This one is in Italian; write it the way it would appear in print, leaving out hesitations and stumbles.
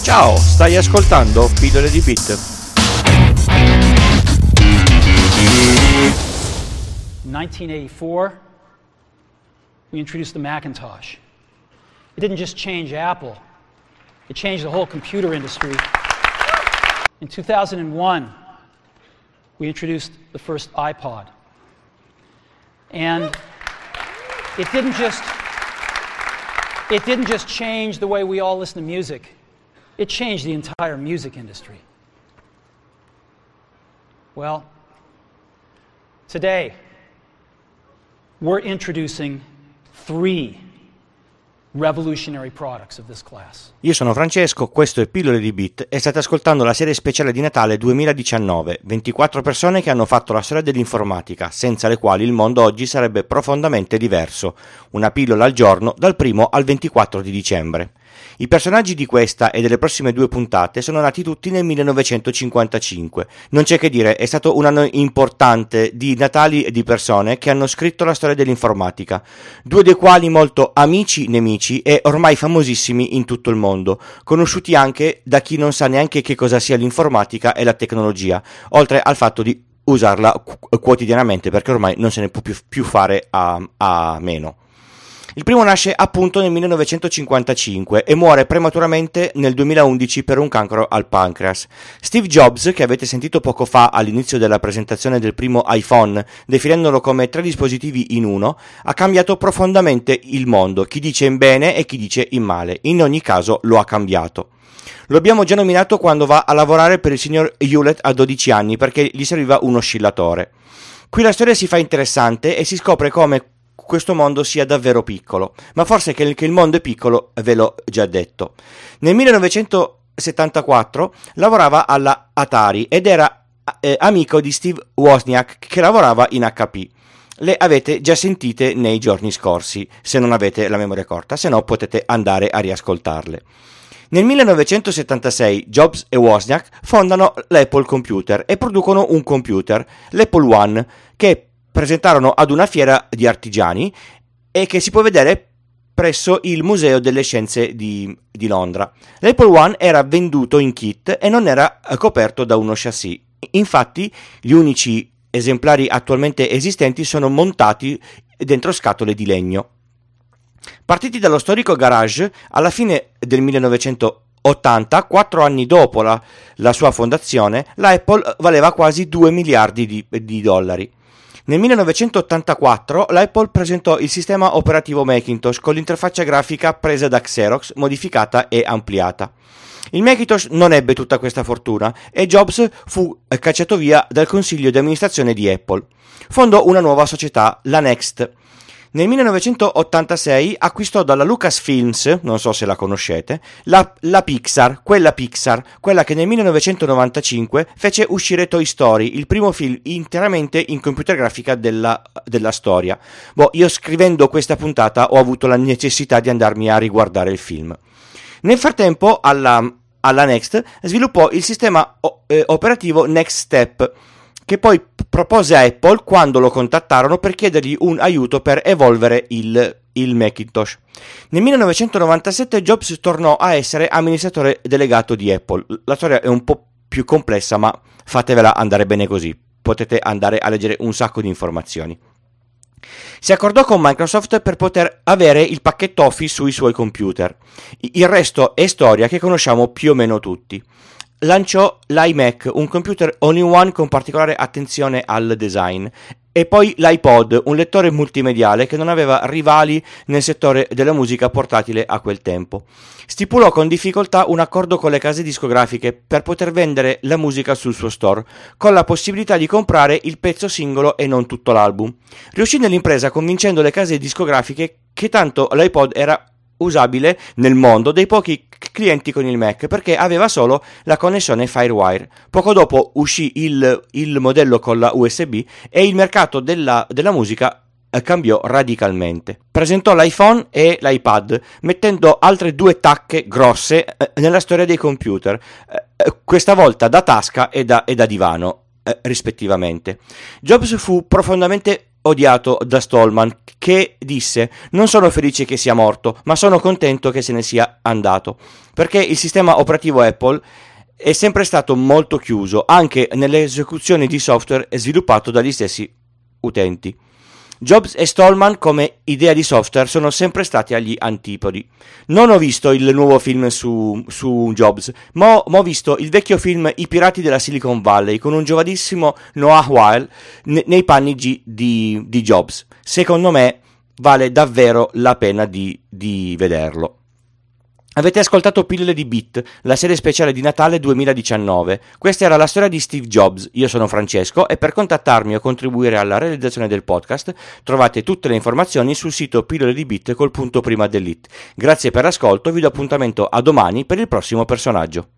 Ciao, stai ascoltando Pillole di Bit. In 1984, we introduced the Macintosh. It didn't just change Apple, it changed the whole computer industry. In 2001, we introduced the first iPod. And it didn't just change the way we all listen to music. It changed the entire music industry. Well, today, we're introducing 3 revolutionary products of this class. Io sono Francesco, questo è Pillole di Bit e state ascoltando la serie speciale di Natale 2019, 24 persone che hanno fatto la storia dell'informatica, senza le quali il mondo oggi sarebbe profondamente diverso. Una pillola al giorno dal 1 al 24 di dicembre. I personaggi di questa e delle prossime 2 puntate sono nati tutti nel 1955. Non c'è che dire, è stato un anno importante di Natali e di persone che hanno scritto la storia dell'informatica, 2 dei quali molto amici, nemici e ormai famosissimi in tutto il mondo, conosciuti anche da chi non sa neanche che cosa sia l'informatica e la tecnologia, oltre al fatto di usarla quotidianamente perché ormai non se ne può più fare a meno. Il primo nasce appunto nel 1955 e muore prematuramente nel 2011 per un cancro al pancreas. Steve Jobs, che avete sentito poco fa all'inizio della presentazione del primo iPhone, definendolo come 3 dispositivi in uno, ha cambiato profondamente il mondo, chi dice in bene e chi dice in male. In ogni caso lo ha cambiato. Lo abbiamo già nominato quando va a lavorare per il signor Hewlett a 12 anni perché gli serviva un oscillatore. Qui la storia si fa interessante e si scopre come questo mondo sia davvero piccolo, ma forse che il mondo è piccolo ve l'ho già detto. Nel 1974 lavorava alla Atari ed era amico di Steve Wozniak che lavorava in HP. Le avete già sentite nei giorni scorsi, se non avete la memoria corta, se no potete andare a riascoltarle. Nel 1976 Jobs e Wozniak fondano l'Apple Computer e producono un computer, l'Apple One, che presentarono ad una fiera di artigiani e che si può vedere presso il Museo delle Scienze di Londra. L'Apple One era venduto in kit e non era coperto da uno chassis. Infatti, gli unici esemplari attualmente esistenti sono montati dentro scatole di legno. Partiti dallo storico garage, alla fine del 1980, 4 anni dopo la sua fondazione, l'Apple valeva quasi 2 miliardi di dollari. Nel 1984 l'Apple presentò il sistema operativo Macintosh con l'interfaccia grafica presa da Xerox, modificata e ampliata. Il Macintosh non ebbe tutta questa fortuna e Jobs fu cacciato via dal consiglio di amministrazione di Apple. Fondò una nuova società, la Next. Nel 1986 acquistò dalla Lucasfilms, non so se la conoscete, la Pixar, quella che nel 1995 fece uscire Toy Story, il primo film interamente in computer grafica della storia. Io scrivendo questa puntata ho avuto la necessità di andarmi a riguardare il film. Nel frattempo alla Next sviluppò il sistema operativo Next Step, che poi propose a Apple quando lo contattarono per chiedergli un aiuto per evolvere il Macintosh. Nel 1997 Jobs tornò a essere amministratore delegato di Apple. La storia è un po' più complessa, ma fatevela andare bene così. Potete andare a leggere un sacco di informazioni. Si accordò con Microsoft per poter avere il pacchetto Office sui suoi computer. Il resto è storia che conosciamo più o meno tutti. Lanciò l'iMac, un computer all-in-one con particolare attenzione al design, e poi l'iPod, un lettore multimediale che non aveva rivali nel settore della musica portatile a quel tempo. Stipulò con difficoltà un accordo con le case discografiche per poter vendere la musica sul suo store, con la possibilità di comprare il pezzo singolo e non tutto l'album. Riuscì nell'impresa convincendo le case discografiche che tanto l'iPod era usabile nel mondo dei pochi clienti con il Mac perché aveva solo la connessione FireWire. Poco dopo uscì il modello con la USB e il mercato della musica cambiò radicalmente. Presentò l'iPhone e l'iPad, mettendo altre 2 tacche grosse nella storia dei computer, questa volta da tasca e da divano, rispettivamente. Jobs fu profondamente odiato da Stallman, che disse: non sono felice che sia morto, ma sono contento che se ne sia andato, perché il sistema operativo Apple è sempre stato molto chiuso, anche nelle esecuzioni di software sviluppato dagli stessi utenti. Jobs e Stallman come idea di software sono sempre stati agli antipodi. Non ho visto il nuovo film su Jobs, ma ho visto il vecchio film I pirati della Silicon Valley con un giovanissimo Noah Wyle nei panni di Jobs. Secondo me vale davvero la pena di vederlo. Avete ascoltato Pillole di Bit, la serie speciale di Natale 2019. Questa era la storia di Steve Jobs. Io sono Francesco e per contattarmi o contribuire alla realizzazione del podcast trovate tutte le informazioni sul sito Pillole di Bit col punto prima dell'it. Grazie per l'ascolto, vi do appuntamento a domani per il prossimo personaggio.